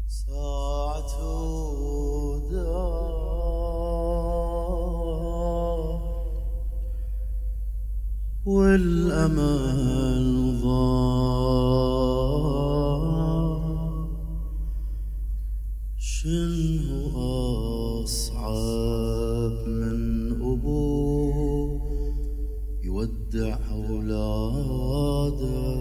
ساعة دار والأمل ضاع، شنو أصعب من أبوه يودع أولاده؟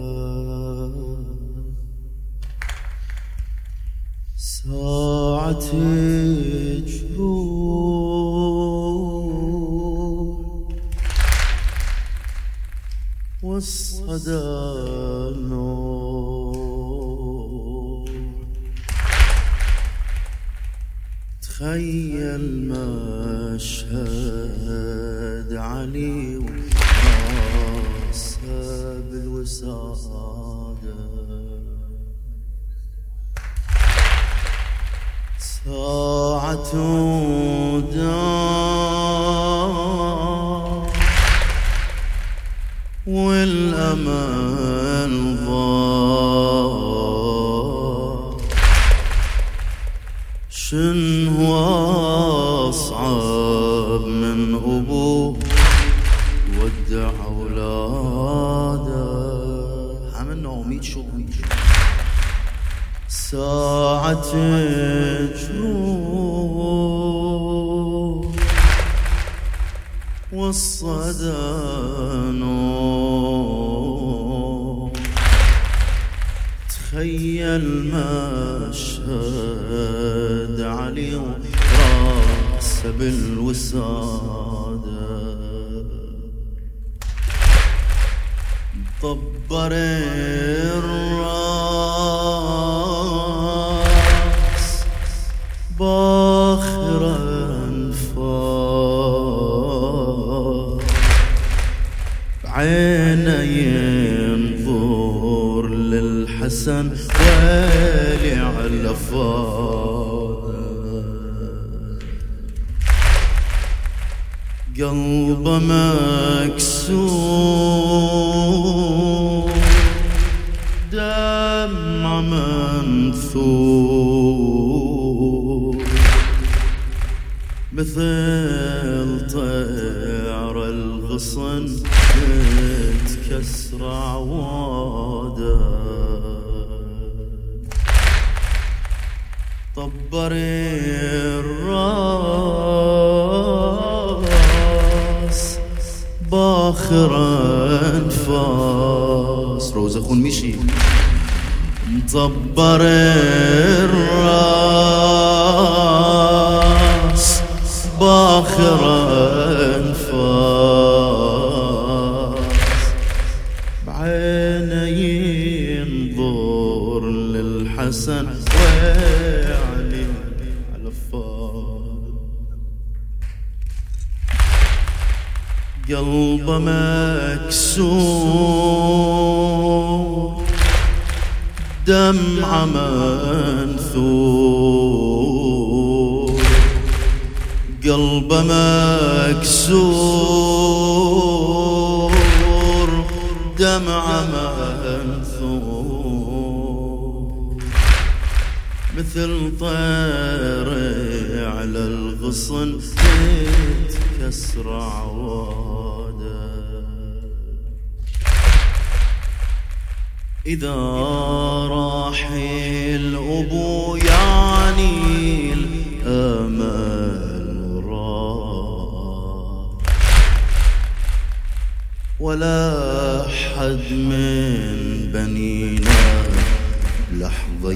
ساعة جروح والصدى نور، تخيل مشهد علي وراسه بالوسادة. ساعة دار والأمل ضاع، شنو أصعب من أبوه يودع أولاده؟ حملنا وميت شوق. ساعة جروح والصدى نور، تخيل مشهد علي وراسه بالوسادة. طبر الراس باخر انفاس، بعينه ينظر للحسن ويلي على فاده، قلبه مكسور دمع منثور، مثل طير الغصن تكسر عواده. طبر الراس باخر انفاس، روز اخون مشي. مطبر الراس باخر انفاس، بعينه ينظر للحسن ويعلي على فاض، قلبه مكسور دمع منثور، قلبه مكسور دمع منثور، مثل طير على الغصن تكسر عواده. إذا راح الأبو يعني الأمل راح، ولا حد من بنينا لحظة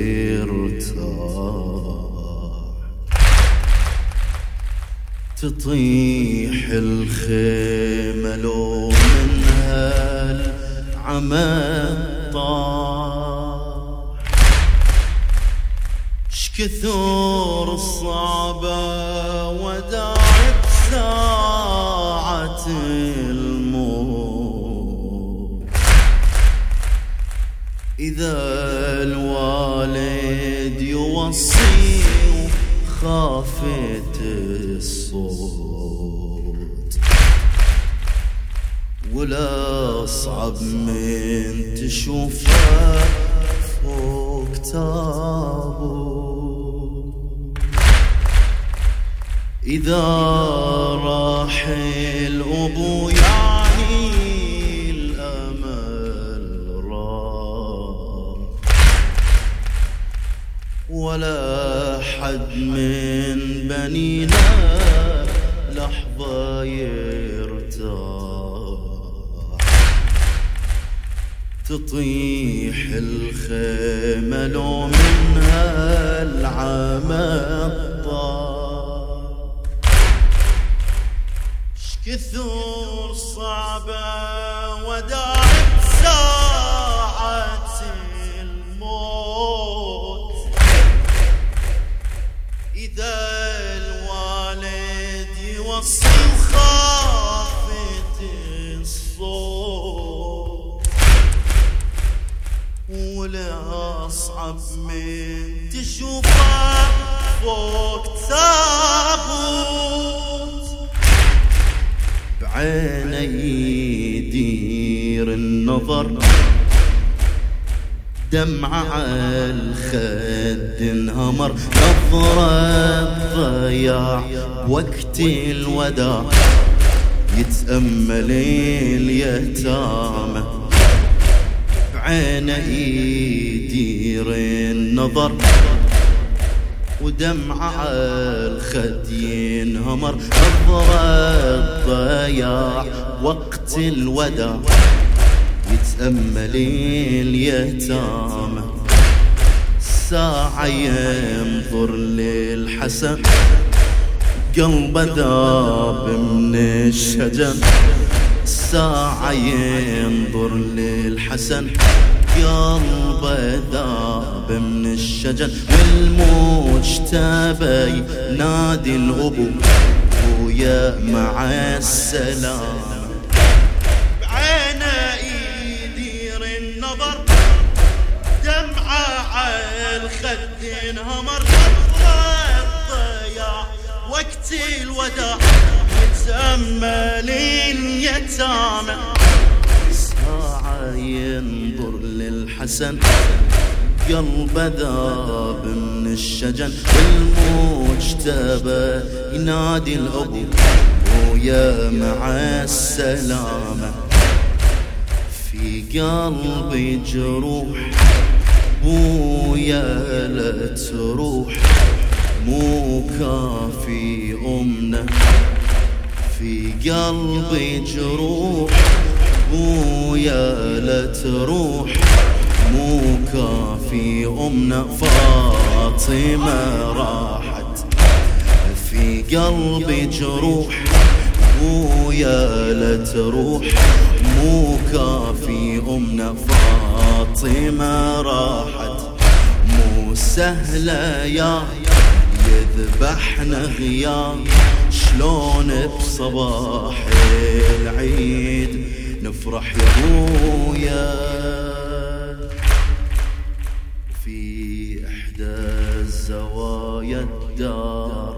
يرتاح، تطيح الخيمة لو منها العمل طاح، شكثر الصعبة وداعت ساعة الموت. إذا الوالد يوصي خافت الصوت، ولا صعب من تشوفها فوق تابوت. إذا راح الأبو يعني الأمل راح، ولا حد من بنينا لحظة يرتاح. تطيح الخيمة لو منها العمى طاح. شكثر صعبة وداعت ساعة الموت، إذا الوالد يوصي خافت الصوت، والأصعب من تشوفه فوق تابوت. بعيني يدير النظر دمعة عالخد انهمر، نظرة ضياع وقت الوداع، يتأمل اليتامى. بعينه يدير النظر ودمعة عالخد ينهمر، نظرة ضياع وقت الوداع، يتأمل اليتامى. ساعة ينظر للحسن قلبه ذاب من الشجن، ساعة ينظر للحسن قلبه ذاب من الشجن، والمجتبى نادي الأبو ويا مع السلامة. بعينه يدير النظر دمعة عالخد انهمر، نظرة ضياع وقت الوداع، يتأمل اليتامى. ساعة ينظر للحسن قلبه ذاب من الشجن، والمجتبى ينادي الأبو ويا مع السلامة. في قلبي جروح بويا لا تروح، مو كافي أمنا. في قلبي جروح بويا لا تروح، مو كافي أمنا. فاطمة راحت في قلبي جروح بويا لا تروح، مو كافي أمنا. فاطمة راحت مو سهلة يا يذبحنا غياب، شلون بصباح العيد نفرح يا ابويا. في إحدى الزوايا الدار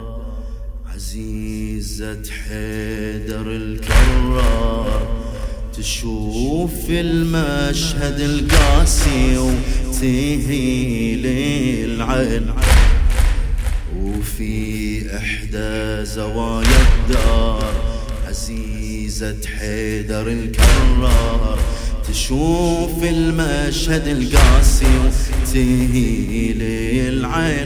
عزيزة حيدر الكرار، تشوف المشهد القاسي وتهيل العين. وفي إحدى زوايا الدار عزيزة حيدر الكرار، تشوف المشهد القاسي وتهيل العين.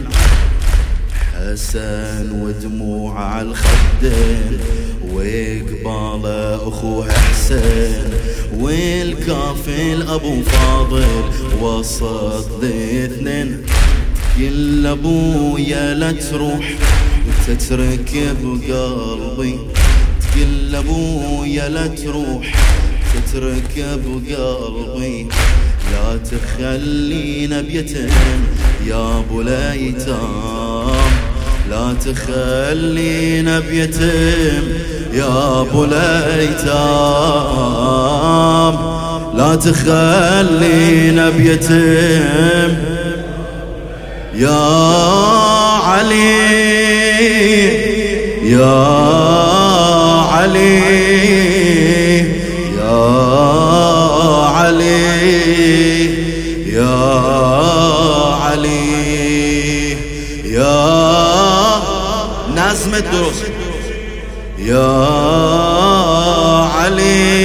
حسن ودموع على الخدين وقباله أخوه حسين، والكافل أبو فاضل وسط الاثنين. يلا ابويا لا تروح وتترك بقلبي، تقل ابويا لا تروح تترك بقلبي، لا تخلينا بيتم يا ابو الايتام، لا تخلينا بيتم يا ابو الايتام، لا تخلينا بيتم يا علي يا علي يا علي يا علي يا لازم الدروس. يا علي